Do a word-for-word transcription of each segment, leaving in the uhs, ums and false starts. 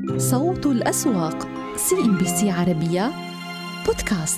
صوت الأسواق سي إم بي سي عربية بودكاست.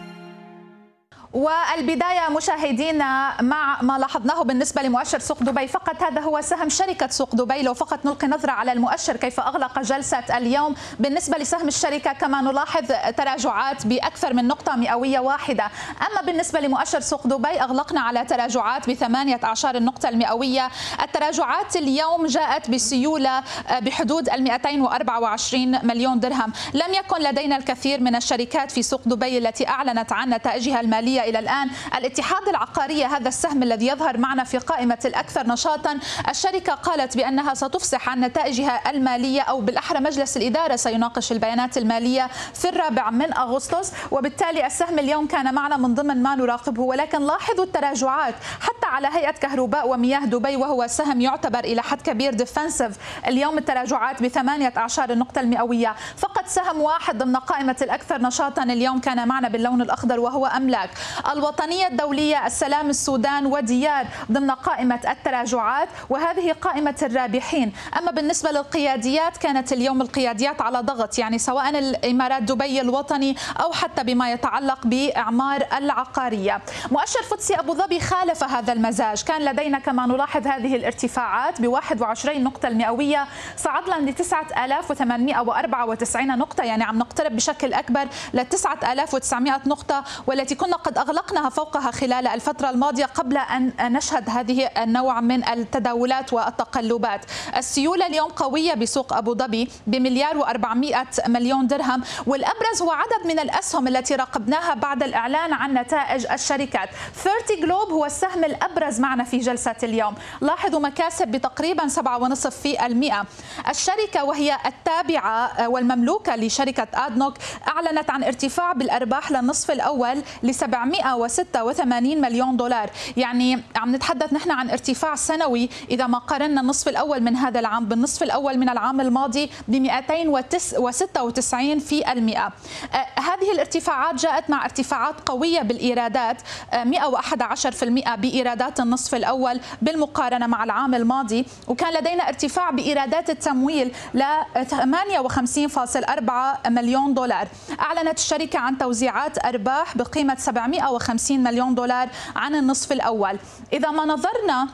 والبداية مشاهدينا مع ما لاحظناه بالنسبة لمؤشر سوق دبي. فقط هذا هو سهم شركة سوق دبي. لو فقط نلقي نظرة على المؤشر كيف أغلق جلسة اليوم، بالنسبة لسهم الشركة كما نلاحظ تراجعات بأكثر من نقطة مئوية واحدة. أما بالنسبة لمؤشر سوق دبي أغلقنا على تراجعات بثمانية عشر النقطة المئوية. التراجعات اليوم جاءت بسيولة بحدود مئتين وأربعة وعشرين مليون درهم. لم يكن لدينا الكثير من الشركات في سوق دبي التي أعلنت عن نتائجها المالية إلى الآن. الاتحاد العقارية هذا السهم الذي يظهر معنا في قائمة الأكثر نشاطا، الشركة قالت بأنها ستفصح عن نتائجها المالية، أو بالأحرى مجلس الإدارة سيناقش البيانات المالية في الرابع من أغسطس، وبالتالي السهم اليوم كان معنا من ضمن ما نراقبه. ولكن لاحظوا التراجعات حتى على هيئة كهرباء ومياه دبي، وهو سهم يعتبر إلى حد كبير ديفنسيف. اليوم التراجعات بثمانية عشر النقطة المئوية. فقط سهم واحد ضمن قائمة الأكثر نشاطا اليوم كان معنا باللون الأخضر، وهو أملاك. الوطنية الدولية، السلام السودان وديار ضمن قائمة التراجعات، وهذه قائمة الرابحين. أما بالنسبة للقياديات كانت اليوم القياديات على ضغط، يعني سواء الإمارات دبي الوطني أو حتى بما يتعلق بإعمار العقارية. مؤشر فوتسي أبو ظبي خالف هذا المزاج. كان لدينا كما نلاحظ هذه الارتفاعات ب واحد وعشرين نقطة المئوية، صعدنا ل تسعة آلاف وثمانمئة وأربعة وتسعين نقطة، يعني عم نقترب بشكل أكبر ل تسعة آلاف وتسعمئة نقطة، والتي كنا قد أغلقناها فوقها خلال الفترة الماضية قبل أن نشهد هذه النوع من التداولات والتقلبات. السيولة اليوم قوية بسوق أبو ظبي بمليار وأربعمئة مليون درهم، والأبرز هو عدد من الأسهم التي راقبناها بعد الإعلان عن نتائج الشركات. ثلاثين جلوب هو السهم الأبرز معنا في جلسة اليوم، لاحظوا مكاسب بتقريبا سبعة فاصلة خمسة في المئة. الشركة وهي التابعة والمملوكة لشركة آدنوك أعلنت عن ارتفاع بالأرباح للنصف الأول ل سبعمئة وستة وثمانين مليون دولار، يعني عم نتحدث نحن عن ارتفاع سنوي إذا ما قارنا النصف الأول من هذا العام بالنصف الأول من العام الماضي ب مئتين وستة وتسعين في المئة. آه هذه الارتفاعات جاءت مع ارتفاعات قوية بالإيرادات، آه مئة وأحد عشر في المئة بإيرادات النصف الأول بالمقارنة مع العام الماضي، وكان لدينا ارتفاع بإيرادات التمويل ل ثمانية وخمسين فاصلة أربعة مليون دولار. أعلنت الشركة عن توزيعات أرباح بقيمة سبعمئة وخمسين مليون دولار عن النصف الأول. إذا ما نظرنا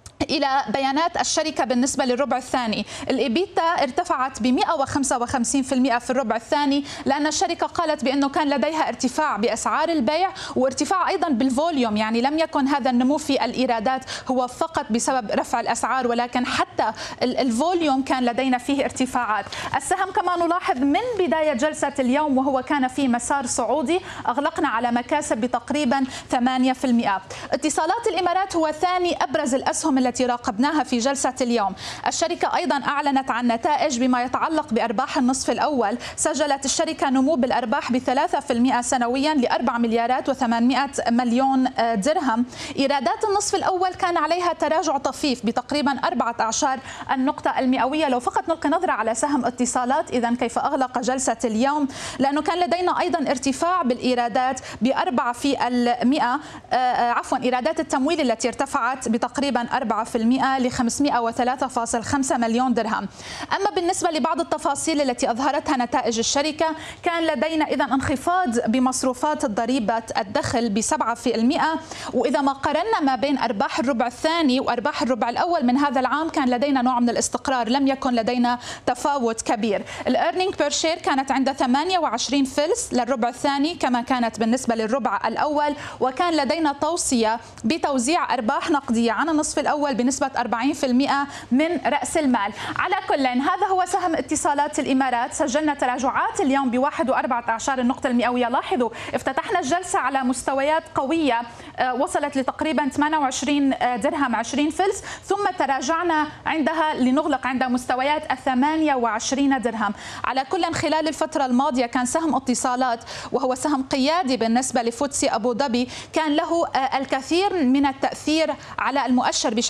إلى بيانات الشركة بالنسبة للربع الثاني، الإبيتا ارتفعت ب مئة وخمسة وخمسين في المئة في الربع الثاني، لأن الشركة قالت بأنه كان لديها ارتفاع بأسعار البيع وارتفاع أيضا بالفوليوم، يعني لم يكن هذا النمو في الإيرادات هو فقط بسبب رفع الأسعار، ولكن حتى الفوليوم كان لدينا فيه ارتفاعات. السهم كما نلاحظ من بداية جلسة اليوم وهو كان في مسار صعودي، أغلقنا على مكاسب بتقريبا ثمانية في المئة. اتصالات الإمارات هو ثاني أبرز الأسهم التي راقبناها في جلسة اليوم. الشركة أيضا أعلنت عن نتائج بما يتعلق بأرباح النصف الأول. سجلت الشركة نمو بالأرباح بثلاثة في المئة سنويا لأربع مليارات وثمانمئة مليون درهم. إيرادات النصف الأول كان عليها تراجع طفيف بتقريبا أربعة عشر النقطة المئوية. لو فقط نلقي نظرة على سهم اتصالات إذا كيف أغلق جلسة اليوم، لأنه كان لدينا أيضا ارتفاع بالإيرادات بأربعة في المئة، عفوا إيرادات التمويل التي ارتفعت بتقريبا أربعة في المئة ل خمسمئة وثلاثة فاصلة خمسة مليون درهم. أما بالنسبة لبعض التفاصيل التي أظهرتها نتائج الشركة، كان لدينا إذا انخفاض بمصروفات ضريبة الدخل بسبعة في المئة، وإذا ما قارنا ما بين أرباح الربع الثاني وأرباح الربع الأول من هذا العام كان لدينا نوع من الاستقرار، لم يكن لدينا تفاوت كبير. الأيرنينج بير شير كانت عند ثمانية وعشرين فلس للربع الثاني كما كانت بالنسبة للربع الأول، وكان لدينا توصية بتوزيع أرباح نقدية عن النصف الأول بنسبة أربعين في المئة من رأس المال. على كل هذا هو سهم اتصالات الإمارات. سجلنا تراجعات اليوم ب واحد وأربعة عشر النقطة المئوية. لاحظوا افتتحنا الجلسة على مستويات قوية وصلت لتقريبا ثمانية وعشرين درهم عشرين فلس، ثم تراجعنا عندها لنغلق عند مستويات ثمانية وعشرين درهم. على كل خلال الفترة الماضية كان سهم اتصالات وهو سهم قيادي بالنسبة لفوتسي أبو ظبي، كان له الكثير من التأثير على المؤشر بشكل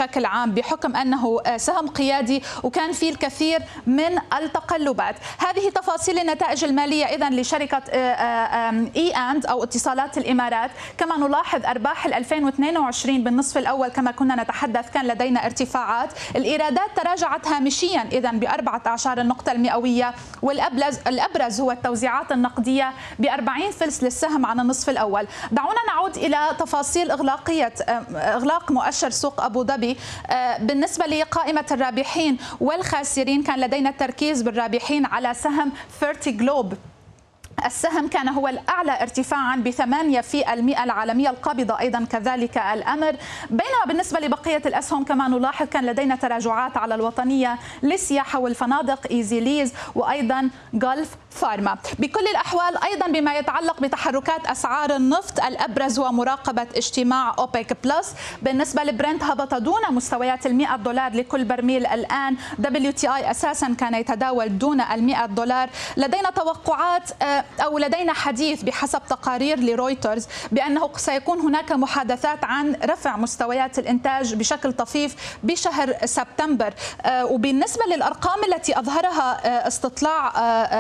بشكل عام بحكم أنه سهم قيادي وكان فيه الكثير من التقلبات. هذه تفاصيل النتائج المالية إذن لشركة إي أند أو اتصالات الإمارات. كما نلاحظ أرباح ألفين واثنين وعشرين بالنصف الأول كما كنا نتحدث كان لدينا ارتفاعات، الإيرادات تراجعت هامشيا إذن بأربعة عشر النقطة المئوية، والأبرز الأبرز هو التوزيعات النقدية بأربعين فلس للسهم عن النصف الأول. دعونا نعود إلى تفاصيل إغلاقية إغلاق مؤشر سوق أبو ظبي. بالنسبة لقائمة الرابحين والخاسرين كان لدينا التركيز بالرابحين على سهم فيرتي جلوب. السهم كان هو الأعلى ارتفاعا بثمانية في المئة، العالمية القابضة أيضا كذلك الأمر. بينما بالنسبة لبقية الأسهم كما نلاحظ كان لدينا تراجعات على الوطنية للسياحة والفنادق إيزي ليز وأيضا غولف فارما. بكل الأحوال أيضا بما يتعلق بتحركات أسعار النفط الأبرز هو مراقبة اجتماع أوبيك بلس. بالنسبة لبرنت هبط دون مستويات المئة دولار لكل برميل الآن. دبليو تي آي أساسا كان يتداول دون المئة دولار. لدينا توقعات أو لدينا حديث بحسب تقارير لرويترز بأنه سيكون هناك محادثات عن رفع مستويات الإنتاج بشكل طفيف بشهر سبتمبر. وبالنسبة للأرقام التي أظهرها استطلاع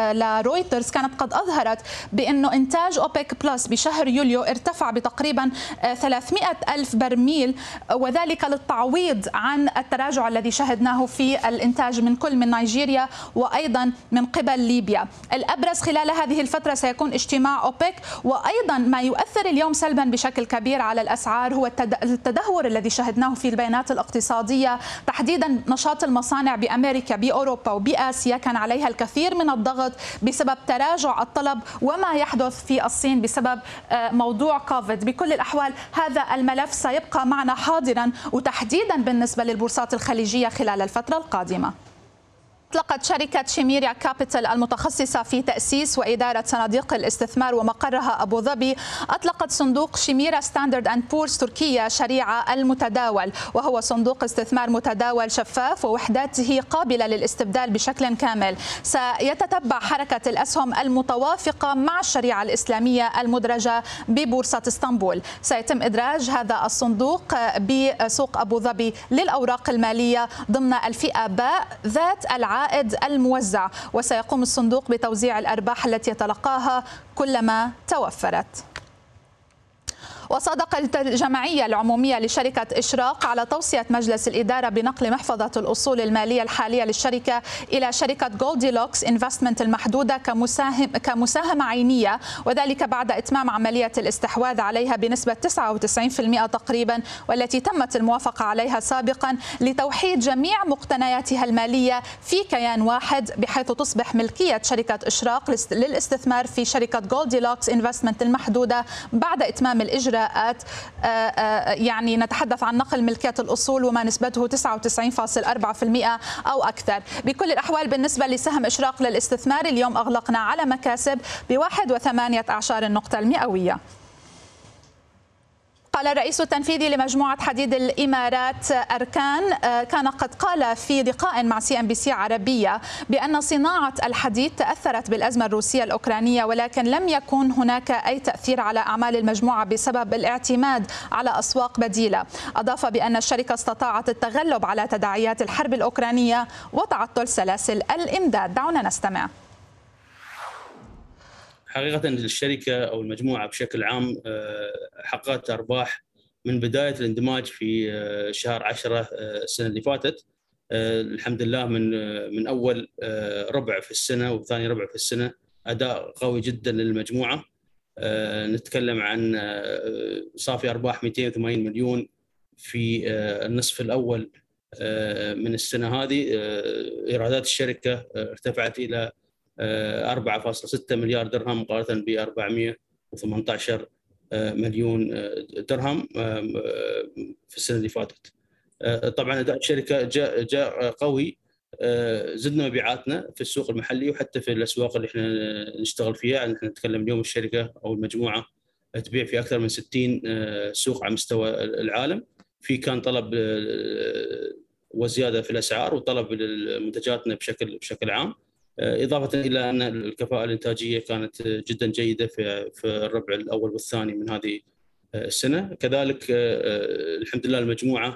لرويترز كانت قد أظهرت بأنه إنتاج أوبيك بلس بشهر يوليو ارتفع بتقريبا ثلاثمئة ألف برميل، وذلك للتعويض عن التراجع الذي شهدناه في الإنتاج من كل من نيجيريا وأيضا من قبل ليبيا. الأبرز خلال هذه الفترة سيكون اجتماع أوبك. وأيضا ما يؤثر اليوم سلبا بشكل كبير على الأسعار هو التدهور الذي شهدناه في البيانات الاقتصادية، تحديدا نشاط المصانع بأمريكا بأوروبا وبآسيا كان عليها الكثير من الضغط بسبب تراجع الطلب وما يحدث في الصين بسبب موضوع كوفيد. بكل الأحوال هذا الملف سيبقى معنا حاضرا وتحديدا بالنسبة للبورصات الخليجية خلال الفترة القادمة. أطلقت شركة شيميريا كابيتال المتخصصة في تأسيس وإدارة صناديق الاستثمار ومقرها أبو ظبي، أطلقت صندوق شيميرا ستاندرد أند بورز تركيا شريعة المتداول، وهو صندوق استثمار متداول شفاف ووحداته قابلة للاستبدال بشكل كامل. سيتتبع حركة الأسهم المتوافقة مع الشريعة الإسلامية المدرجة ببورصة اسطنبول. سيتم إدراج هذا الصندوق بسوق أبو ظبي للأوراق المالية ضمن الفئة باء ذات العائد الموزع، وسيقوم الصندوق بتوزيع الأرباح التي يتلقاها كلما توفرت. وصادقت الجمعية العمومية لشركة إشراق على توصية مجلس الإدارة بنقل محفظة الأصول المالية الحالية للشركة إلى شركة جولديلوكس انفستمنت المحدودة كمساهم كمساهمة عينية، وذلك بعد إتمام عملية الاستحواذ عليها بنسبة تسعة وتسعين بالمئة تقريبا، والتي تمت الموافقة عليها سابقا لتوحيد جميع مقتنياتها المالية في كيان واحد، بحيث تصبح ملكية شركة إشراق للاستثمار في شركة جولديلوكس انفستمنت المحدودة بعد إتمام الإجراء يعني نتحدث عن نقل ملكية الأصول وما نسبته تسعة وتسعين فاصلة أربعة بالمئة أو أكثر. بكل الأحوال بالنسبة لسهم إشراق للاستثمار اليوم أغلقنا على مكاسب بواحد وثمانية عشر النقطة المئوية. قال الرئيس التنفيذي لمجموعة حديد الإمارات أركان كان قد قال في لقاء مع سي ام بي سي عربية بأن صناعة الحديد تأثرت بالأزمة الروسية الأوكرانية، ولكن لم يكن هناك أي تأثير على أعمال المجموعة بسبب الاعتماد على أسواق بديلة. أضاف بأن الشركة استطاعت التغلب على تداعيات الحرب الأوكرانية وتعطل سلاسل الإمداد. دعونا نستمع. حقيقة الشركة أو المجموعة بشكل عام حققت أرباح من بداية الاندماج في شهر عشرة السنة اللي فاتت. الحمد لله من من أول ربع في السنة وثاني ربع في السنة أداء قوي جدا للمجموعة. نتكلم عن صافي أرباح مئتين وثمانين مليون في النصف الأول من السنة هذه. إيرادات الشركة ارتفعت إلى أربعة فاصلة ستة مليار درهم مقارنة ب أربعمئة وثمانية عشر مليون درهم في السنة اللي فاتت. طبعا أداء الشركة جاء جاء قوي. زدنا مبيعاتنا في السوق المحلي وحتى في الأسواق اللي احنا نشتغل فيها. يعني احنا نتكلم اليوم الشركة أو المجموعة تبيع في أكثر من ستين سوق على مستوى العالم. في كان طلب وزيادة في الأسعار وطلب لمنتجاتنا بشكل بشكل عام، إضافة إلى أن الكفاءة الإنتاجية كانت جدا جيدة في في الربع الأول والثاني من هذه السنة. كذلك الحمد لله المجموعة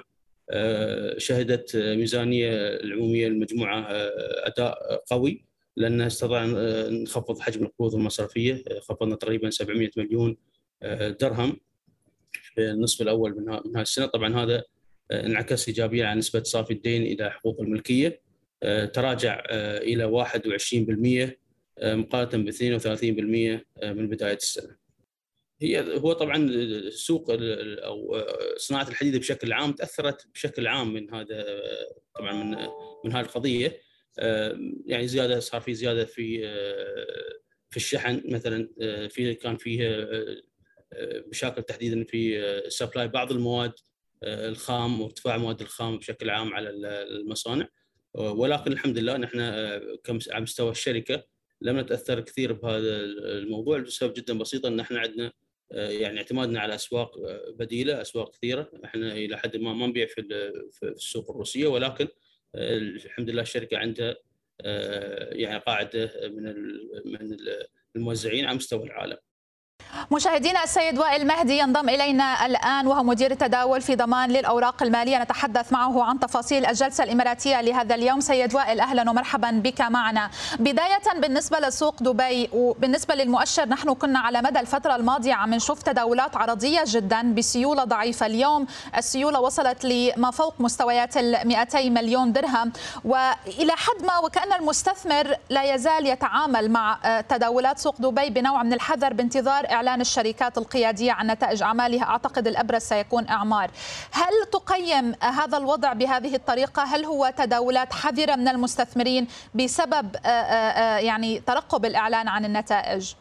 شهدت ميزانية العمومية المجموعة أداء قوي، لأن استطعنا نخفض حجم القروض المصرفية، خفضنا تقريبا سبعمئة مليون درهم في النصف الأول من هذه السنة. طبعا هذا انعكس إيجابيا على نسبة صافي الدين إلى حقوق الملكية، تراجع إلى واحد وعشرين بالمئة مقارنة ب اثنين وثلاثين بالمئة من بداية السنة. هي هو طبعا سوق او صناعه الحديد بشكل عام تاثرت بشكل عام من هذا، طبعا من من هذه القضيه. يعني زياده صار في زياده في في الشحن مثلا، في كان فيه مشاكل تحديدا في سبلاي بعض المواد الخام وارتفاع مواد الخام بشكل عام على المصانع، ولكن الحمد لله نحن على مستوى الشركه لم نتاثر كثير بهذا الموضوع لسبب جدا بسيط، ان احنا عندنا يعني اعتمادنا على اسواق بديله، اسواق كثيره. احنا الى حد ما ما نبيع في في السوق الروسيه، ولكن الحمد لله الشركه عندها يعني قاعده من من الموزعين على مستوى العالم. مشاهدينا، السيد وائل مهدي ينضم إلينا الآن وهو مدير التداول في ضمان للأوراق المالية، نتحدث معه عن تفاصيل الجلسة الإماراتية لهذا اليوم. سيد وائل، أهلا ومرحبا بك معنا. بداية بالنسبة لسوق دبي وبالنسبة للمؤشر، نحن كنا على مدى الفترة الماضية عم نشوف تداولات عرضية جدا بسيولة ضعيفة. اليوم السيولة وصلت لما فوق مستويات ال مئتي مليون درهم، وإلى حد ما وكأن المستثمر لا يزال يتعامل مع تداولات سوق دبي بنوع من الحذر بانتظار إعلان الشركات القيادية عن نتائج أعمالها. أعتقد الأبرز سيكون إعمار. هل تقيم هذا الوضع بهذه الطريقة؟ هل هو تداولات حذرة من المستثمرين بسبب يعني ترقب الإعلان عن النتائج؟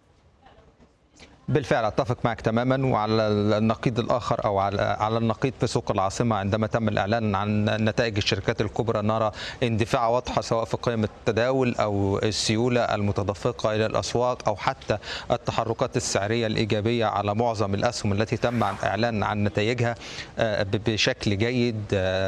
بالفعل اتفق معك تماما. وعلى النقيض الاخر او على على النقيض في سوق العاصمه، عندما تم الاعلان عن نتائج الشركات الكبرى نرى اندفاع واضحه سواء في قيم التداول او السيوله المتدفقه الى الاسواق او حتى التحركات السعريه الايجابيه على معظم الاسهم التي تم الاعلان عن نتائجها بشكل جيد،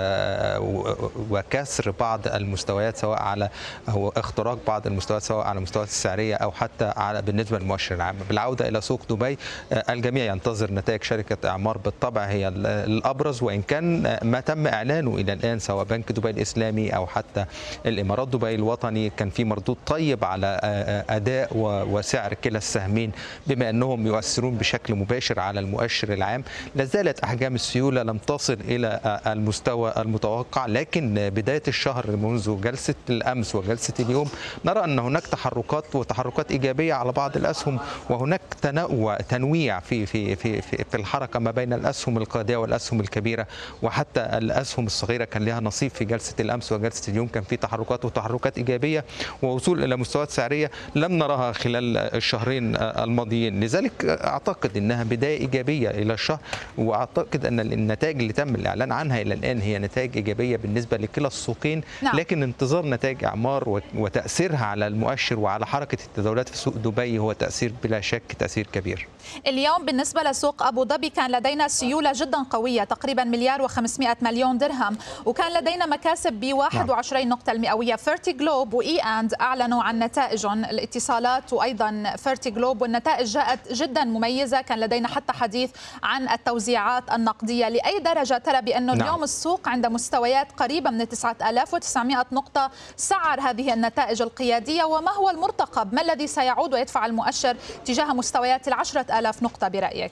وكسر بعض المستويات سواء على او اختراق بعض المستويات سواء على المستويات السعريه او حتى على بالنسبه للمؤشر العام. بالعوده الى سوق دبي، الجميع ينتظر نتائج شركة إعمار، بالطبع هي الأبرز، وإن كان ما تم إعلانه إلى الآن سواء بنك دبي الإسلامي أو حتى الإمارات دبي الوطني كان في مردود طيب على أداء وسعر كلا السهمين، بما أنهم يؤثرون بشكل مباشر على المؤشر العام. لازالت أحجام السيولة لم تصل إلى المستوى المتوقع، لكن بداية الشهر منذ جلسة الأمس وجلسة اليوم نرى أن هناك تحركات وتحركات إيجابية على بعض الأسهم، وهناك وتنويع في في في في الحركه ما بين الاسهم القاديه والاسهم الكبيره، وحتى الاسهم الصغيره كان لها نصيب في جلسه الامس وجلسه اليوم، كان في تحركات وتحركات ايجابيه ووصول الى مستويات سعريه لم نراها خلال الشهرين الماضيين. لذلك اعتقد انها بدايه ايجابيه الى الشهر، واعتقد ان النتائج اللي تم الاعلان عنها الى الان هي نتائج ايجابيه بالنسبه لكلا السوقين. نعم. لكن انتظار نتائج اعمار وتاثيرها على المؤشر وعلى حركه التداولات في سوق دبي هو تاثير بلا شك تأثير كبير. اليوم بالنسبة لسوق أبو ظبي كان لدينا سيولة جدا قوية، تقريبا مليار وخمسمئة مليون درهم، وكان لدينا مكاسب ب واحد وعشرين نقطة المئوية. فيرتي جلوب وإي أند أعلنوا عن نتائجهم الاتصالات وأيضا فيرتي جلوب، والنتائج جاءت جدا مميزة. كان لدينا حتى حديث عن التوزيعات النقدية. لأي درجة ترى بأنه اليوم نعم. السوق عند مستويات قريبة من تسعة آلاف وتسعمئة نقطة سعر هذه النتائج القيادية، وما هو المرتقب؟ ما الذي سيعود ويدفع المؤشر تجاه مستويات العشرة آلاف نقطة برأيك؟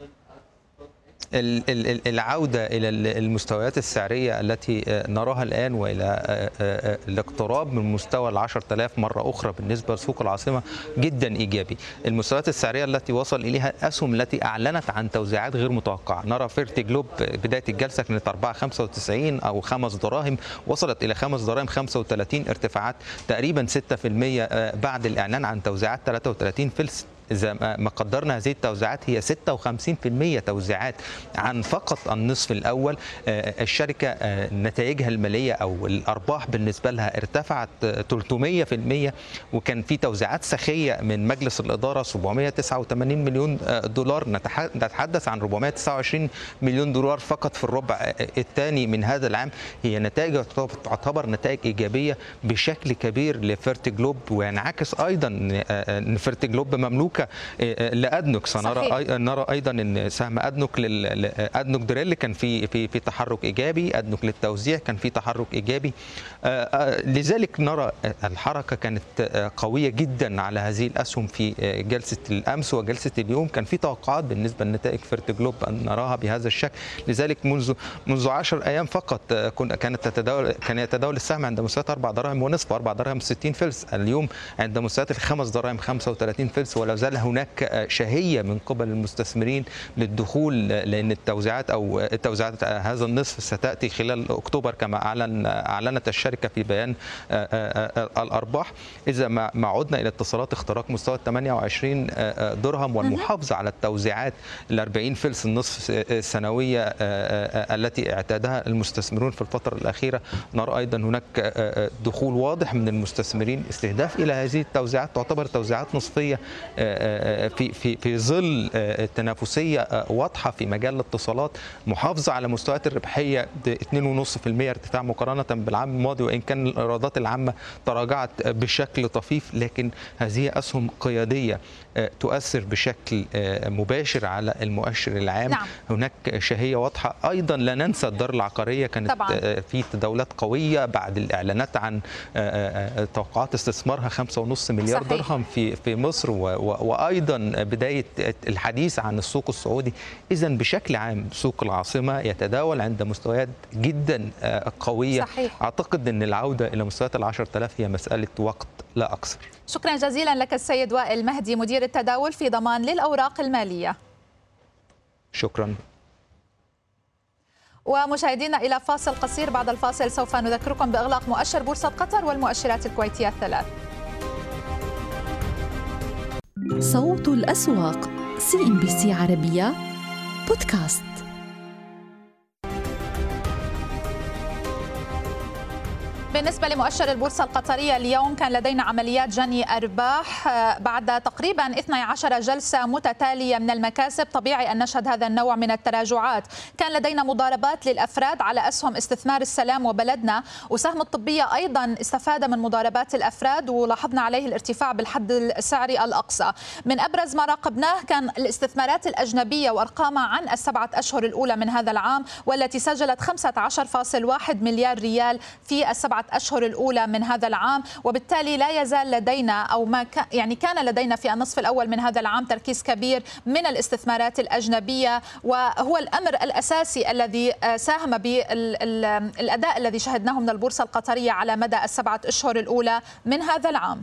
العودة إلى المستويات السعرية التي نراها الآن وإلى الاقتراب من مستوى العشرة آلاف مرة أخرى بالنسبة لسوق العاصمة جدا إيجابي. المستويات السعرية التي وصل إليها الأسهم التي أعلنت عن توزيعات غير متوقعة، نرى فيرتي جلوب بداية الجلسة كانت أربعة خمسة وتسعين أو خمس دراهم، وصلت إلى خمس دراهم خمسة وثلاثين، ارتفاعات تقريبا ستة بالمئة بعد الإعلان عن توزيعات ثلاثة وثلاثين فلس. إذا ما قدرنا هذه التوزيعات هي ستة وخمسين بالمئة توزيعات عن فقط النصف الأول. الشركة نتائجها المالية أو الأرباح بالنسبة لها ارتفعت ثلاثمئة بالمئة، وكان في توزيعات سخية من مجلس الإدارة سبعمئة وتسعة وثمانين مليون دولار، نتحدث عن أربعمئة وتسعة وعشرين مليون دولار فقط في الربع الثاني من هذا العام. هي نتائج تعتبر نتائج إيجابية بشكل كبير لفيرتي جلوب، وينعكس أيضا أن فيرتي جلوب مملوك هناك لادنوك سنرى نرى ايضا ان سهم ادنوك ادنوك دريل كان في في في تحرك ايجابي، ادنوك للتوزيع كان في تحرك ايجابي. لذلك نرى الحركه كانت قويه جدا على هذه الاسهم في جلسه الامس وجلسه اليوم. كان في توقعات بالنسبه لنتائج فيرتجلوب ان نراها بهذا الشكل. لذلك منذ منذ عشر ايام فقط كانت تتداول كان يتداول السهم عند مستويات أربع دراهم ونصف أربع دراهم وستين فلس. اليوم عند مستويات الخمس دراهم خمسة وثلاثين فلس، ولا زال هناك شهيه من قبل المستثمرين للدخول، لان التوزيعات او التوزيعات هذا النصف ستاتي خلال اكتوبر كما اعلن اعلنت الشركه في بيان الارباح. اذا ما عدنا الى اتصالات اختراق مستوى ثمانية وعشرين درهم والمحافظه على التوزيعات ال أربعين فلس النصف السنويه التي اعتادها المستثمرون في الفتره الاخيره، نرى ايضا هناك دخول واضح من المستثمرين استهداف الى هذه التوزيعات. تعتبر توزيعات نصفيه في في في ظل تنافسيه واضحه في مجال الاتصالات، محافظه على مستويات الربحيه اثنين فاصلة خمسة بالمئة ارتفاع مقارنه بالعام الماضي، وان كان الايرادات العامه تراجعت بشكل طفيف، لكن هذه اسهم قياديه تؤثر بشكل مباشر على المؤشر العام. نعم. هناك شهيه واضحه. ايضا لا ننسى الدار العقاريه كانت طبعا في تداولات قويه بعد الاعلانات عن توقعات استثمارها خمسة فاصلة خمسة مليار صحيح. درهم في في مصر، وايضا بدايه الحديث عن السوق السعودي. اذا بشكل عام سوق العاصمه يتداول عند مستويات جدا قويه صحيح. اعتقد ان العوده الى مستويات ال عشرة آلاف هي مساله وقت لا اكثر. شكرا جزيلا لك السيد وائل مهدي مدير التداول في ضمان للأوراق المالية. شكرا. ومشاهدينا إلى فاصل قصير، بعد الفاصل سوف نذكركم بإغلاق مؤشر بورصة قطر والمؤشرات الكويتية الثلاث. صوت الأسواق سي إم بي سي عربية بودكاست. بالنسبة لمؤشر البورصة القطرية اليوم كان لدينا عمليات جني أرباح بعد تقريبا اثنتي عشرة جلسة متتالية من المكاسب. طبيعي أن نشهد هذا النوع من التراجعات. كان لدينا مضاربات للأفراد على أسهم استثمار السلام وبلدنا، وسهم الطبية أيضا استفاد من مضاربات الأفراد ولاحظنا عليه الارتفاع بالحد السعري الأقصى. من أبرز ما راقبناه كان الاستثمارات الأجنبية وأرقامها عن السبعة أشهر الأولى من هذا العام، والتي سجلت خمسة عشر فاصلة واحد مليار ريال في السبعة أشهر الأولى من هذا العام، وبالتالي لا يزال لدينا أو ما كان يعني كان لدينا في النصف الأول من هذا العام تركيز كبير من الاستثمارات الأجنبية، وهو الأمر الأساسي الذي ساهم بالأداء الذي شهدناه من البورصة القطرية على مدى السبعة أشهر الأولى من هذا العام.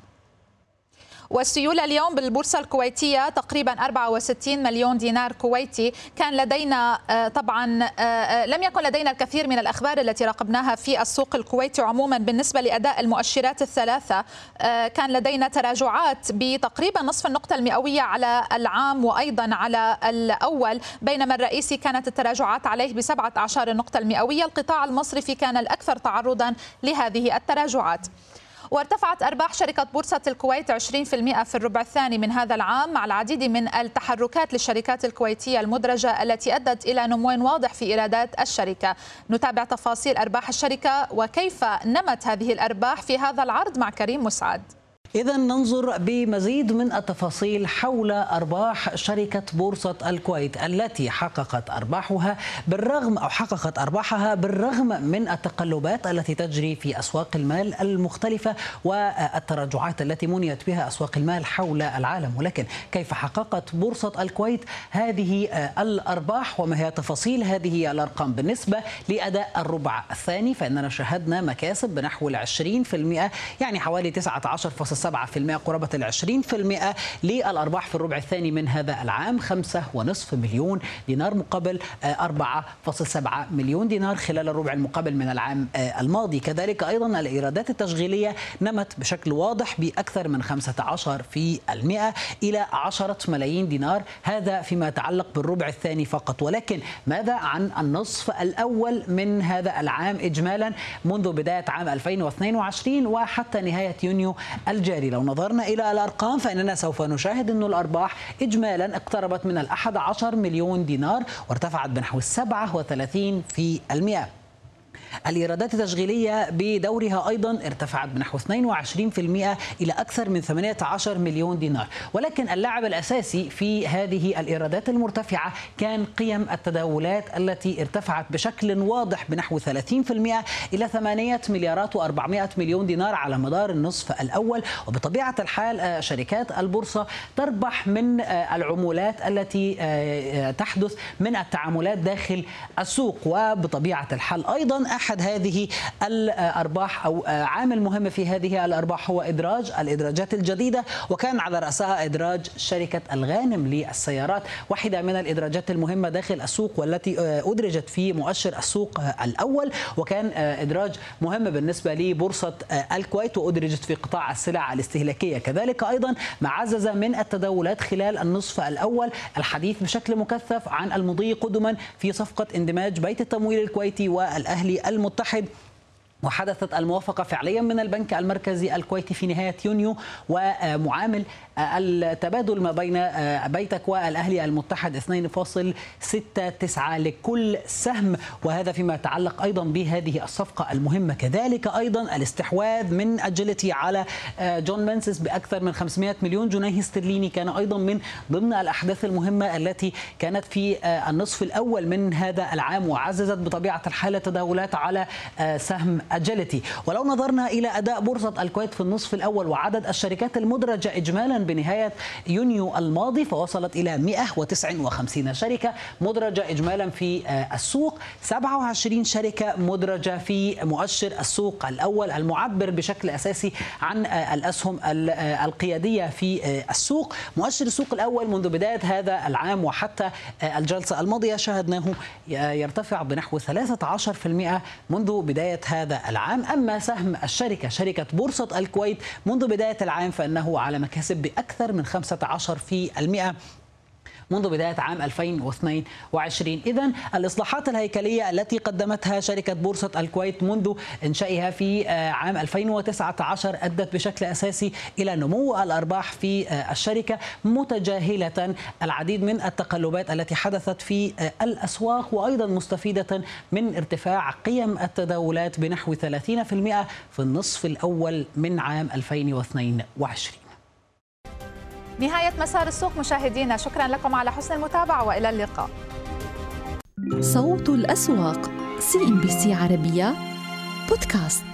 والسيولة اليوم بالبورصة الكويتية تقريبا أربعة وستين مليون دينار كويتي. كان لدينا طبعا لم يكن لدينا الكثير من الأخبار التي راقبناها في السوق الكويتي عموما. بالنسبة لأداء المؤشرات الثلاثة كان لدينا تراجعات بتقريبا نصف النقطة المئوية على العام وأيضا على الأول، بينما الرئيسي كانت التراجعات عليه بسبعة عشر النقطة المئوية. القطاع المصرفي كان الأكثر تعرضا لهذه التراجعات. وارتفعت أرباح شركة بورصة الكويت عشرين بالمئة في الربع الثاني من هذا العام مع العديد من التحركات للشركات الكويتية المدرجة التي أدت إلى نمو واضح في إيرادات الشركة. نتابع تفاصيل أرباح الشركة وكيف نمت هذه الأرباح في هذا العرض مع كريم مسعد. إذا ننظر بمزيد من التفاصيل حول أرباح شركة بورصة الكويت التي حققت أرباحها بالرغم أو حققت أرباحها بالرغم من التقلبات التي تجري في أسواق المال المختلفة والتراجعات التي منيت بها أسواق المال حول العالم. ولكن كيف حققت بورصة الكويت هذه الأرباح وما هي تفاصيل هذه الأرقام؟ بالنسبة لأداء الربع الثاني فإننا شهدنا مكاسب بنحو العشرين بالمئة، يعني حوالي تسعة عشر فاصلة سبعة بالمئة قرابة العشرين بالمئة للأرباح في الربع الثاني من هذا العام، خمسة ونصف مليون دينار مقابل أربعة فاصلة سبعة مليون دينار خلال الربع المقابل من العام الماضي. كذلك أيضا الإيرادات التشغيلية نمت بشكل واضح بأكثر من خمسة عشر بالمئة إلى عشرة ملايين دينار، هذا فيما يتعلق بالربع الثاني فقط. ولكن ماذا عن النصف الأول من هذا العام إجمالا منذ بداية عام ألفين واثنين وعشرين وحتى نهاية يونيو الجاري؟ لو نظرنا إلى الأرقام فإننا سوف نشاهد أن الأرباح إجمالا اقتربت من الأحد عشر مليون دينار وارتفعت بنحو السبعة وثلاثين بالمئة. الإيرادات التشغيلية بدورها أيضا ارتفعت بنحو اثنين وعشرين بالمئة إلى أكثر من ثمانية عشر مليون دينار، ولكن اللاعب الأساسي في هذه الإيرادات المرتفعة كان قيم التداولات التي ارتفعت بشكل واضح بنحو ثلاثين بالمئة إلى ثمانية مليارات وأربعمئة مليون دينار على مدار النصف الأول. وبطبيعة الحال شركات البورصة تربح من العمولات التي تحدث من التعاملات داخل السوق، وبطبيعة الحال أيضا أحد هذه الأرباح أو عامل مهم في هذه الأرباح هو إدراج الإدراجات الجديدة، وكان على رأسها إدراج شركة الغانم للسيارات، واحدة من الإدراجات المهمة داخل السوق والتي أدرجت في مؤشر السوق الأول، وكان إدراج مهم بالنسبة لبورصة الكويت وأدرجت في قطاع السلع الاستهلاكية. كذلك أيضا ما عزز من التداولات خلال النصف الأول الحديث بشكل مكثف عن المضي قدما في صفقة اندماج بيت التمويل الكويتي والأهلي المتحد، وحدثت الموافقة فعليا من البنك المركزي الكويتي في نهاية يونيو، ومعامل التبادل ما بين بيتك والأهلي المتحد اثنين فاصلة ستة تسعة لكل سهم، وهذا فيما يتعلق أيضا بهذه الصفقة المهمة. كذلك أيضا الاستحواذ من أجيلتي على جون مانسيس بأكثر من خمسمئة مليون جنيه استرليني كان أيضا من ضمن الأحداث المهمة التي كانت في النصف الأول من هذا العام، وعززت بطبيعة الحال التداولات على سهم أجيلتي. ولو نظرنا إلى أداء بورصة الكويت في النصف الأول وعدد الشركات المدرجة إجمالا بنهاية يونيو الماضي فوصلت إلى مئة وتسعة وخمسين شركة مدرجة إجمالا في السوق، سبعة وعشرين شركة مدرجة في مؤشر السوق الأول المعبر بشكل أساسي عن الأسهم القيادية في السوق. مؤشر السوق الأول منذ بداية هذا العام وحتى الجلسة الماضية شاهدناه يرتفع بنحو ثلاثة عشر بالمئة منذ بداية هذا العام. أما سهم الشركة شركة بورصة الكويت منذ بداية العام فإنه على مكاسب بأكثر من خمسة عشر بالمئة منذ بداية عام ألفين واثنين وعشرين. إذن الإصلاحات الهيكلية التي قدمتها شركة بورصة الكويت منذ إنشائها في عام ألفين وتسعة عشر أدت بشكل أساسي إلى نمو الأرباح في الشركة، متجاهلة العديد من التقلبات التي حدثت في الأسواق، وأيضا مستفيدة من ارتفاع قيم التداولات بنحو ثلاثين بالمئة في النصف الأول من عام ألفين واثنين وعشرين. نهاية مسار السوق مشاهدينا، شكرا لكم على حسن المتابعة وإلى اللقاء. صوت الأسواق سي إم بي سي عربية بودكاست.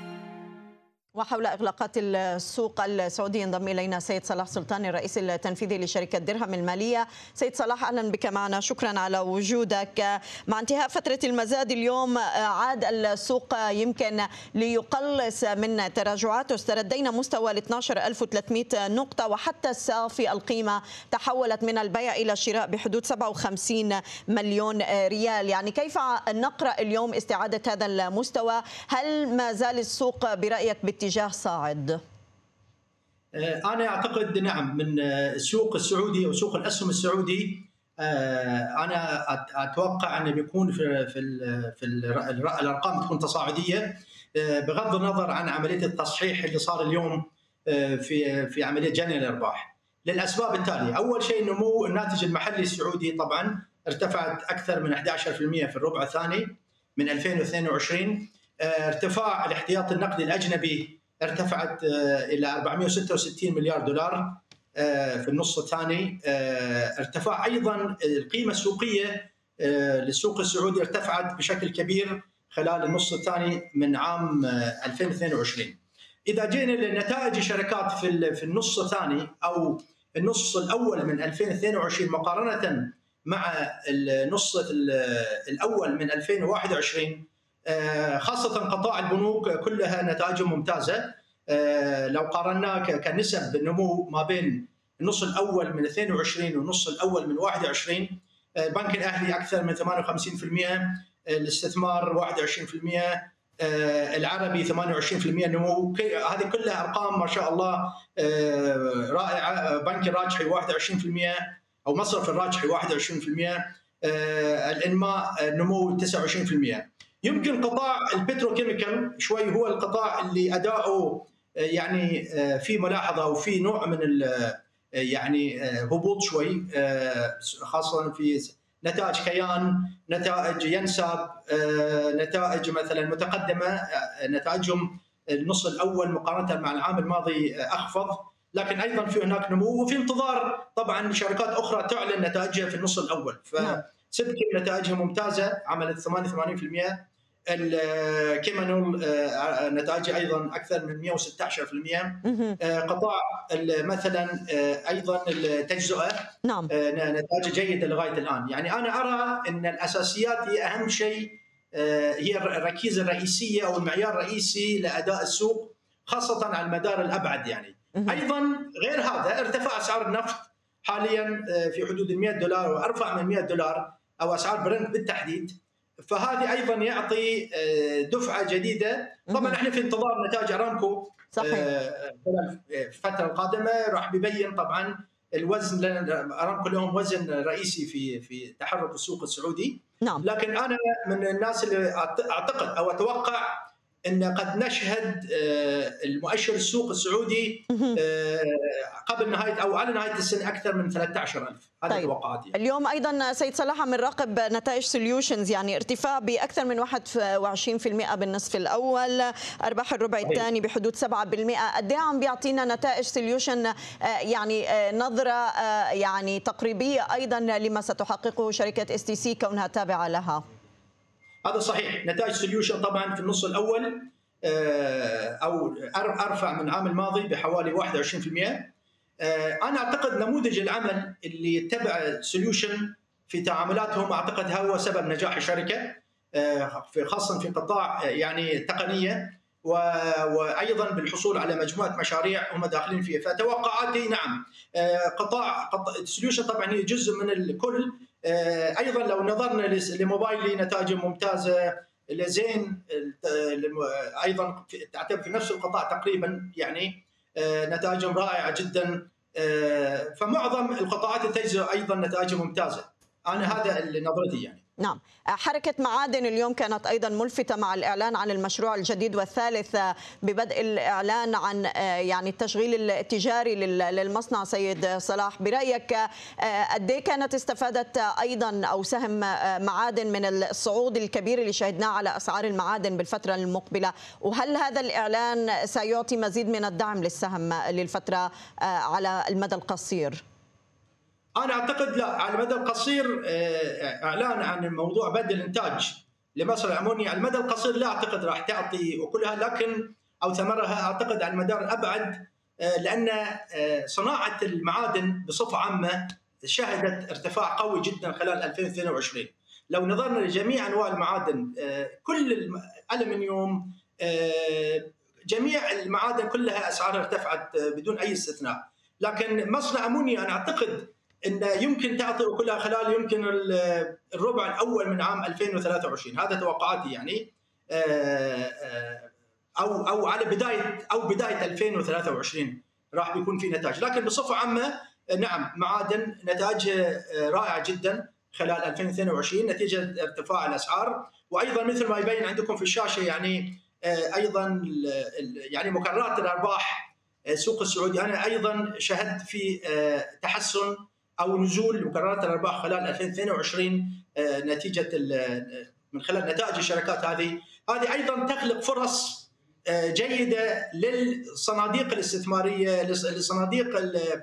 وحول إغلاقات السوق السعودي ينضم إلينا سيد صلاح سلطاني الرئيس التنفيذي لشركة درهم المالية. سيد صلاح أهلا بك معنا، شكرا على وجودك. مع انتهاء فترة المزاد اليوم عاد السوق يمكن ليقلص من تراجعاته، استردينا مستوى ال اثني عشر ألف وثلاثمئة نقطة، وحتى الصافي القيمة تحولت من البيع إلى الشراء بحدود سبعة وخمسين مليون ريال. يعني كيف نقرأ اليوم استعادة هذا المستوى؟ هل ما زال السوق برأيك باتجاه اتجاه صاعد؟ أنا أعتقد نعم، من السوق السعودي أو سوق الأسهم السعودي أنا أتوقع أن بيكون في في في الأرقام تكون تصاعدية بغض النظر عن عملية التصحيح اللي صار اليوم في في عملية جني الأرباح للأسباب التالية. أول شيء نمو الناتج المحلي السعودي طبعا ارتفعت أكثر من أحد عشر بالمئة في الربع الثاني من ألفين واثنين وعشرين. ارتفاع الاحتياطي النقدي الأجنبي ارتفعت إلى أربعمئة وستة وستين مليار دولار في النصف الثاني. ارتفاع أيضا القيمة السوقية للسوق السعودي ارتفعت بشكل كبير خلال النصف الثاني من عام ألفين واثنين وعشرين. إذا جينا لنتائج الشركات في في النصف الثاني أو النصف الأول من ألفين واثنين وعشرين مقارنة مع النصف الأول من ألفين وواحد وعشرين، خاصة قطاع البنوك كلها نتائجهم ممتازة. لو قارنا كنسب النمو ما بين النص الأول من اثنين وعشرين والنص الأول من واحد وعشرين، البنك الأهلي أكثر من ثمانية وخمسين بالمئة، الاستثمار واحد وعشرين بالمئة، العربي ثمانية وعشرين بالمئة نمو. هذه كلها أرقام ما شاء الله رائعة. بنك الراجحي واحد وعشرين بالمئة أو مصرف الراجحي واحد وعشرين بالمئة، الإنماء نمو تسعة وعشرين بالمئة. يمكن قطاع البتروكيميكال شوي هو القطاع اللي أداؤه يعني في ملاحظة أو في نوع من يعني هبوط شوي، خاصة في نتائج كيان، نتائج ينساب، نتائج مثلا متقدمه نتائجهم النص الاول مقارنه مع العام الماضي اخفض، لكن ايضا في هناك نمو وفي انتظار طبعا شركات اخرى تعلن نتائجها في النص الاول. فسبكي نتائجها ممتازه، عملت ثمانية وثمانين بالمئة، الكيمانول نتائجه ايضا اكثر من مئة وستة عشر بالمئة، قطاع مثلا ايضا التجزئه نعم نتائج جيده لغايه الان. يعني انا ارى ان الاساسيات هي اهم شيء، هي الركيزه الرئيسيه او المعيار الرئيسي لاداء السوق خاصه على المدار الابعد. يعني ايضا غير هذا ارتفاع اسعار النفط حاليا في حدود مئة دولار وارفع من مئة دولار او اسعار برنت بالتحديد، فهذه ايضا يعطي دفعه جديده. طبعا احنا في انتظار نتائج ارامكو صحيح خلال الفتره القادمه، راح بيبين طبعا الوزن، لان ارامكو لهم وزن رئيسي في في تحرك السوق السعودي. نعم. لكن انا من الناس اللي اعتقد او اتوقع ان قد نشهد المؤشر السوق السعودي قبل نهايه او على نهايه السنه اكثر من ثلاثة عشر ألف. هذا طيب. توقعاتي. اليوم ايضا سيد صلاح عم نراقب نتائج سوليوشنز، يعني ارتفاع باكثر من واحد وعشرين بالمئة بالنصف الاول، ارباح الربع الثاني بحدود سبعة بالمئة. قد ايه عم بيعطينا نتائج سوليوشن يعني نظره يعني تقريبيه ايضا لما ستحققه شركه اس تي سي كونها تابعه لها؟ هذا صحيح. نتائج سوليوشن طبعا في النص الاول او ارفع من العام الماضي بحوالي واحد وعشرين بالمئة. انا اعتقد نموذج العمل اللي يتبع سوليوشن في تعاملاتهم اعتقد هو سبب نجاح الشركه، في خاصه في قطاع يعني تقنيه وايضا بالحصول على مجموعه مشاريع هم داخلين فيها. فتوقعاتي نعم قطاع سوليوشن طبعا هي جزء من الكل. ايضا لو نظرنا لموبايلي نتائجه ممتازه، لزين ايضا تعتبر في نفس القطاع تقريبا، يعني نتائجهم رائعه جدا. فمعظم القطاعات التجزئه ايضا نتائجها ممتازه. انا هذا اللي نظرتي يعني. نعم. حركة معادن اليوم كانت أيضا ملفتة مع الإعلان عن المشروع الجديد والثالث ببدء الإعلان عن يعني التشغيل التجاري للمصنع. سيد صلاح، برأيك قد ايه كانت استفادت أيضا أو سهم معادن من الصعود الكبير اللي شهدناه على أسعار المعادن بالفترة المقبلة؟ وهل هذا الإعلان سيعطي مزيد من الدعم للسهم للفترة على المدى القصير؟ أنا أعتقد لا، على المدى القصير إعلان عن موضوع بدء الإنتاج لمصر الأمونيا على المدى القصير لا أعتقد راح تعطي أكلها، لكن أو ثمرها أعتقد على المدار الأبعد، لأن صناعة المعادن بصفة عامة شهدت ارتفاع قوي جدا خلال ألفين واثنين وعشرين. لو نظرنا لجميع أنواع المعادن، كل الألمنيوم، جميع المعادن كلها أسعارها ارتفعت بدون أي استثناء. لكن مصنع أمونيا أنا أعتقد إن يمكن تعطي أكلها خلال يمكن الربع الأول من عام ألفين وثلاثة وعشرين. هذا توقعاتي يعني، أو أو على بداية أو بداية ألفين وثلاثة وعشرين راح بيكون في نتائج. لكن بصفة عامة نعم معادن نتائجها رائعة جدا خلال ألفين واثنين وعشرين نتيجة ارتفاع الأسعار، وأيضا مثل ما يبين عندكم في الشاشة يعني أيضا يعني مكررات الأرباح السوق السعودي. أنا أيضا شهدت في تحسن أو نزول مكررات الأرباح خلال ألفين واثنين وعشرين نتيجة من خلال نتائج الشركات هذه. هذه أيضا تخلق فرص جيدة للصناديق الاستثمارية، للصناديق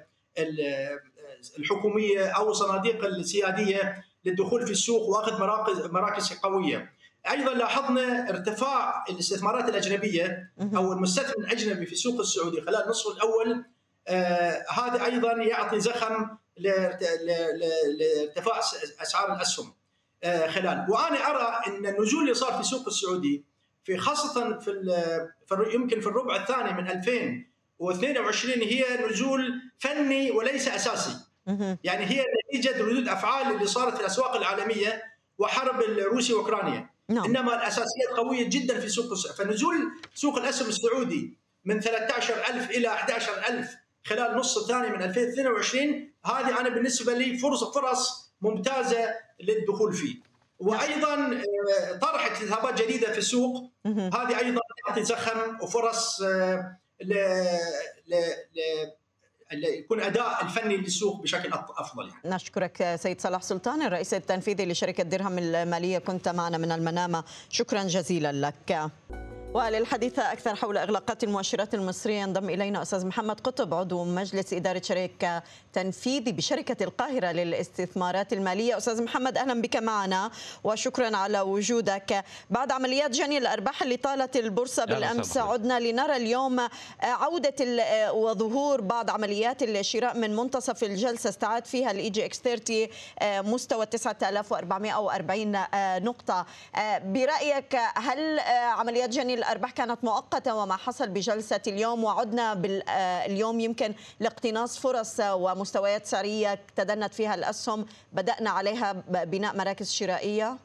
الحكومية أو صناديق السيادية للدخول في السوق وأخذ مراكز مراكز قوية. أيضا لاحظنا ارتفاع الاستثمارات الأجنبية أو المستثمر الأجنبي في السوق السعودي خلال النصف الأول. آه هذا أيضا يعطي زخم لارتفاع أسعار الأسهم آه خلال. وأنا أرى أن النزول اللي صار في السوق السعودي في خاصة في, في يمكن في الربع الثاني من ألفين واثنين وعشرين هي نزول فني وليس أساسي. يعني هي نتيجة ردود أفعال اللي صارت في الأسواق العالمية وحرب روسيا وأوكرانيا. نعم. إنما الأساسيات قوية جدا في سوق السعودي. فنزول سوق الأسهم السعودي من ثلاثة عشر ألف إلى أحد عشر ألف خلال النص الثاني من ألفين واثنين وعشرين هذه أنا بالنسبة لي فرصة فرص ممتازة للدخول فيه. وأيضا طرح اكتسابات جديدة في السوق، هذه أيضا تعطي زخم وفرص يكون اداء الفني للسوق بشكل افضل يعني. نشكرك سيد صلاح سلطان الرئيس التنفيذي لشركه درهم الماليه، كنت معنا من المنامه، شكرا جزيلا لك. وللحديث أكثر حول إغلاقات المؤشرات المصرية ينضم إلينا أستاذ محمد قطب، عضو مجلس إدارة شركة تنفيذي بشركة القاهرة للاستثمارات المالية. أستاذ محمد أهلا بك معنا وشكرا على وجودك. بعد عمليات جني الأرباح اللي طالت البورصة بالأمس، عدنا لنرى اليوم عودة وظهور بعض عمليات الشراء من منتصف الجلسة استعاد فيها الإي جي إكس ثلاثين مستوى تسعة آلاف وأربعمائة وأربعين نقطة. برأيك هل عمليات جني الأرباح كانت مؤقتة وما حصل بجلسة اليوم وعدنا اليوم يمكن لاقتناص فرص ومستويات سعرية تدنت فيها الأسهم بدأنا عليها بناء مراكز شرائية؟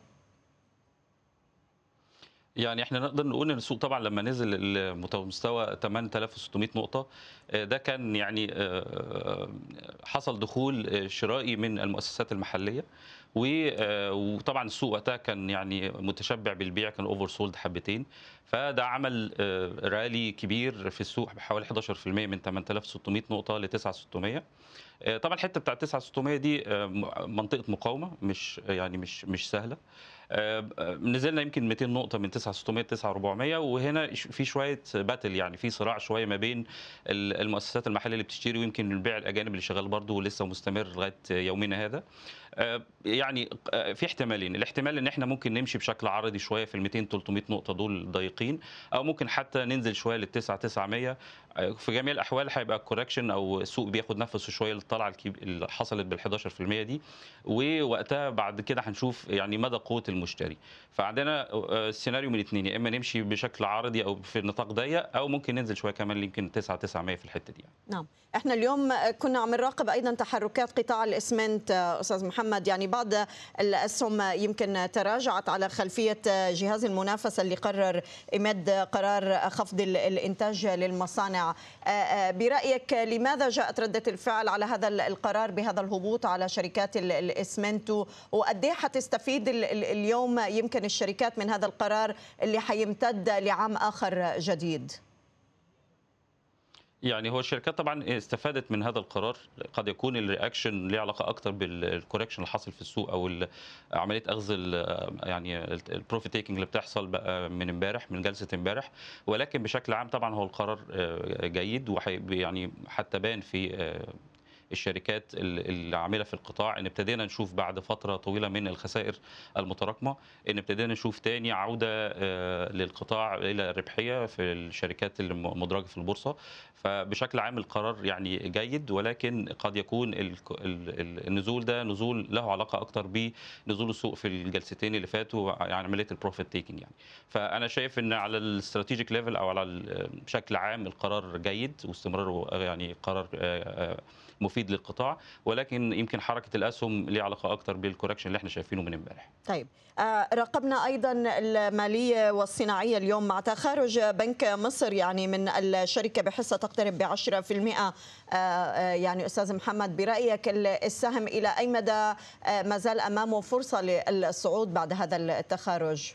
يعني احنا نقدر نقول ان السوق طبعا لما نزل المستوى ثمانية آلاف وستمائة نقطة ده كان يعني حصل دخول شرائي من المؤسسات المحلية، وطبعا السوق وقتها كان يعني متشبع بالبيع، كان اوفر سولد حبتين، فده عمل رالي كبير في السوق بحوالي إحدى عشر بالمئة من ثمانية آلاف وستمائة نقطة ل تسعة آلاف وستمائة. طبعا الحته بتاعت تسعة آلاف وستمائة دي منطقه مقاومه مش يعني مش مش سهله. نزلنا يمكن مئتين نقطه من تسعة آلاف وستمائة ل تسعة آلاف وأربعمائة، وهنا في شويه باتل، يعني في صراع شويه ما بين المؤسسات المحليه اللي بتشتري ويمكن البيع الاجانب اللي شغال برضه لسه مستمر لغايه يومنا هذا. يعني في احتمالين، الاحتمال ان احنا ممكن نمشي بشكل عرضي شويه في ال مئتين ثلاثمائة نقطه دول ضايقين، او ممكن حتى ننزل شويه لل تسعة آلاف وتسعمائة. في جميع الاحوال هيبقى كوركشن او السوق بياخد نفسه شويه للطلعه اللي حصلت بال إحدى عشر بالمئة دي، ووقتها بعد كده هنشوف يعني مدى قوه المشتري. فعندنا سيناريو من الاثنين، يا اما نمشي بشكل عرضي او في نطاق ضيق، او ممكن ننزل شويه كمان يمكن تسعة آلاف وتسعمائة في الحته دي يعني. نعم، احنا اليوم كنا عم نراقب ايضا تحركات قطاع الاسمنت استاذ محمد، يعني بعض الاسهم يمكن تراجعت على خلفيه جهاز المنافسه اللي قرر إمد قرار خفض الانتاج للمصانع. برايك لماذا جاءت رده الفعل على هذا القرار بهذا الهبوط على شركات الاسمنت، وقد ايه حتستفيد اليوم يمكن الشركات من هذا القرار اللي حيمتد لعام اخر جديد؟ يعني هو الشركات طبعا استفادت من هذا القرار، قد يكون الرياكشن له علاقه اكتر بالكوركشن اللي حاصل في السوق او عمليه اخذ يعني البروفيت تيكينج اللي بتحصل بقى من امبارح من جلسه امبارح، ولكن بشكل عام طبعا هو القرار جيد، ويعني حتى بان في الشركات اللي عامله في القطاع ان ابتدينا نشوف بعد فتره طويله من الخسائر المتراكمه ان ابتدينا نشوف تاني عوده للقطاع الى الربحيه في الشركات اللي مدرجه في البورصه. فبشكل عام القرار يعني جيد، ولكن قد يكون النزول ده نزول له علاقه اكتر بنزول السوق في الجلستين اللي فاتوا، يعني عمليه البروفيت تيكينج يعني. فانا شايف ان على الاستراتيجيك ليفل او على بشكل عام القرار جيد واستمراره يعني قرار مفيد للقطاع، ولكن يمكن حركه الاسهم ليها علاقه اكتر بالكوركشن اللي احنا شايفينه من امبارح. طيب راقبنا ايضا الماليه والصناعيه اليوم مع تخارج بنك مصر يعني من الشركه بحصه تقترب ب عشرة بالمئة. يعني استاذ محمد برايك السهم الى اي مدى ما زال امامه فرصه للصعود بعد هذا التخارج؟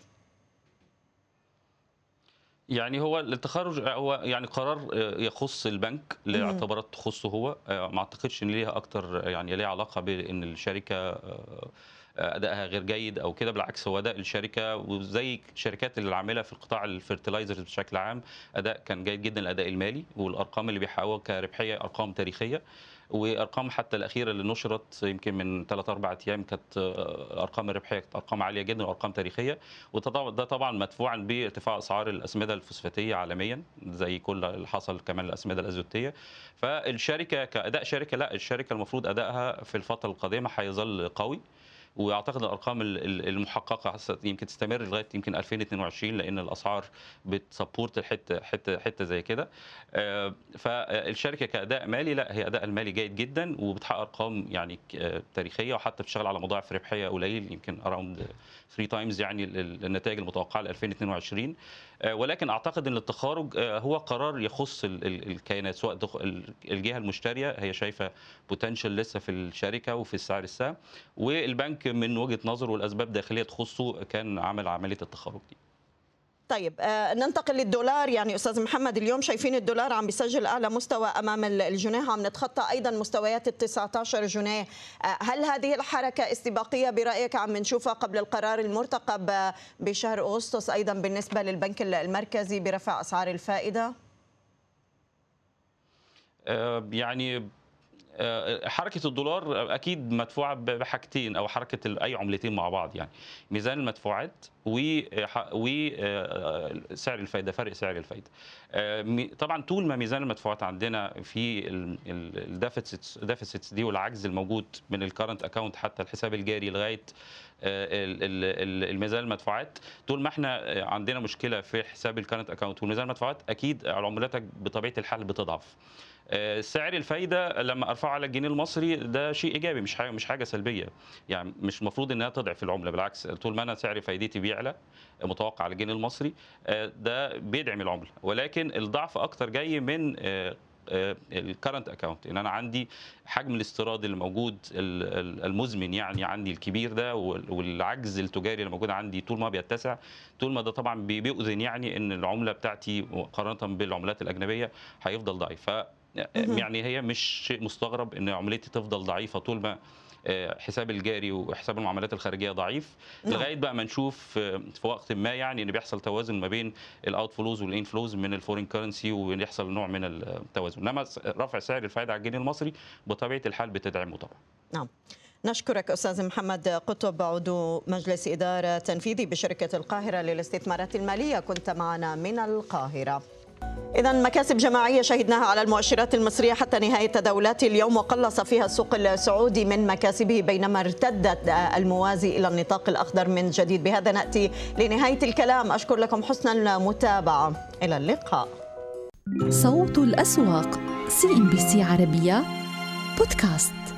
يعني هو التخرج هو يعني قرار يخص البنك لاعتبارات تخصه هو، ما اعتقدش ان ليها اكتر يعني ليها علاقه بان الشركه ادائها غير جيد او كده، بالعكس هو اداء الشركه وزي الشركات اللي عامله في القطاع الفيرتلايزرز بشكل عام اداء كان جيد جدا، الاداء المالي والارقام اللي بيحققوها كربحيه ارقام تاريخيه، وارقام حتى الاخيره اللي نشرت يمكن من ثلاث اربع ايام كانت ارقام الربحيه كانت ارقام عاليه جدا وارقام تاريخيه، وده طبعا مدفوعا بارتفاع اسعار الاسمده الفوسفاتيه عالميا زي كل اللي حصل كمان الاسمده الازوتيه. فالشركه كاداء شركه لا الشركه المفروض ادائها في الفتره القادمه هيظل قوي، واعتقد الارقام المحققه يمكن تستمر لغايه يمكن ألفين واثنين وعشرين لان الاسعار بتسبورت الحته حته حته زي كده. فالشركه كاداء مالي لا هي اداء المالي جيد جدا وبتحقق ارقام يعني تاريخيه، وحتى بتشتغل على مضاعف ربحيه قليل يمكن اراوند ثلاثة تايمز يعني النتائج المتوقعه ل ألفين واثنين وعشرين. ولكن اعتقد ان التخارج هو قرار يخص الكيانات، سواء الجهه المشتريه هي شايفه بوتنشال لسه في الشركه وفي السعر السهم، والبنك من وجهه نظره والاسباب داخليه تخصه كان عمل عمليه التخارج دي. طيب ننتقل للدولار. يعني أستاذ محمد، اليوم شايفين الدولار عم بيسجل أعلى مستوى أمام الجنيه، عم نتخطى أيضا مستويات ال تسعة عشر جنيه. هل هذه الحركة استباقية برأيك عم نشوفها قبل القرار المرتقب بشهر أغسطس أيضا بالنسبة للبنك المركزي برفع أسعار الفائدة؟ يعني حركة الدولار أكيد مدفوعة بحاجتين أو حركة أي عملتين مع بعض، يعني ميزان المدفوعات وسعر الفائدة، فرق سعر الفائدة. طبعا طول ما ميزان المدفوعات عندنا في الديفيسيتس دي والعجز الموجود من الكارنت اكاونت حتى الحساب الجاري لغاية الميزان المدفوعات، طول ما احنا عندنا مشكلة في حساب الكارنت اكاونت والميزان المدفوعات أكيد عملاتك بطبيعة الحال بتضعف. سعر الفايده لما ارفعه على الجنيه المصري ده شيء ايجابي، مش حاجه مش حاجه سلبيه، يعني مش المفروض انها تضعف العمله، بالعكس طول ما انا سعر فايدتي بيعلى متوقع على الجنيه المصري ده بيدعم العمله، ولكن الضعف اكتر جاي من الكرنت اكاونت، ان انا عندي حجم الاستيراد اللي موجود المزمن يعني عندي الكبير ده، والعجز التجاري اللي موجود عندي طول ما بيتسع، طول ما ده طبعا بيؤذن يعني ان العمله بتاعتي مقارنه بالعملات الاجنبيه هيفضل ضعيف. يعني هي مش شيء مستغرب ان عملتي تفضل ضعيفه طول ما حساب الجاري وحساب المعاملات الخارجيه ضعيف، لغايه بقى ما نشوف في وقت ما يعني ان بيحصل توازن ما بين الاوت فلوز والان فلوز من الفورين كرنسي ويحصل نوع من التوازن، انما رفع سعر الفائده على الجنيه المصري بطبيعه الحال بتدعمه طبعا. نعم. نشكرك أستاذ محمد قطب، عضو مجلس إدارة تنفيذي بشركة القاهرة للاستثمارات المالية، كنت معنا من القاهرة. إذا مكاسب جماعية شهدناها على المؤشرات المصرية حتى نهاية تداولات اليوم، وقلص فيها السوق السعودي من مكاسبه بينما ارتدت الموازي إلى النطاق الأخضر من جديد. بهذا نأتي لنهاية الكلام، أشكر لكم حسن المتابعة، إلى اللقاء. صوت الأسواق، سي إم بي سي عربية بودكاست.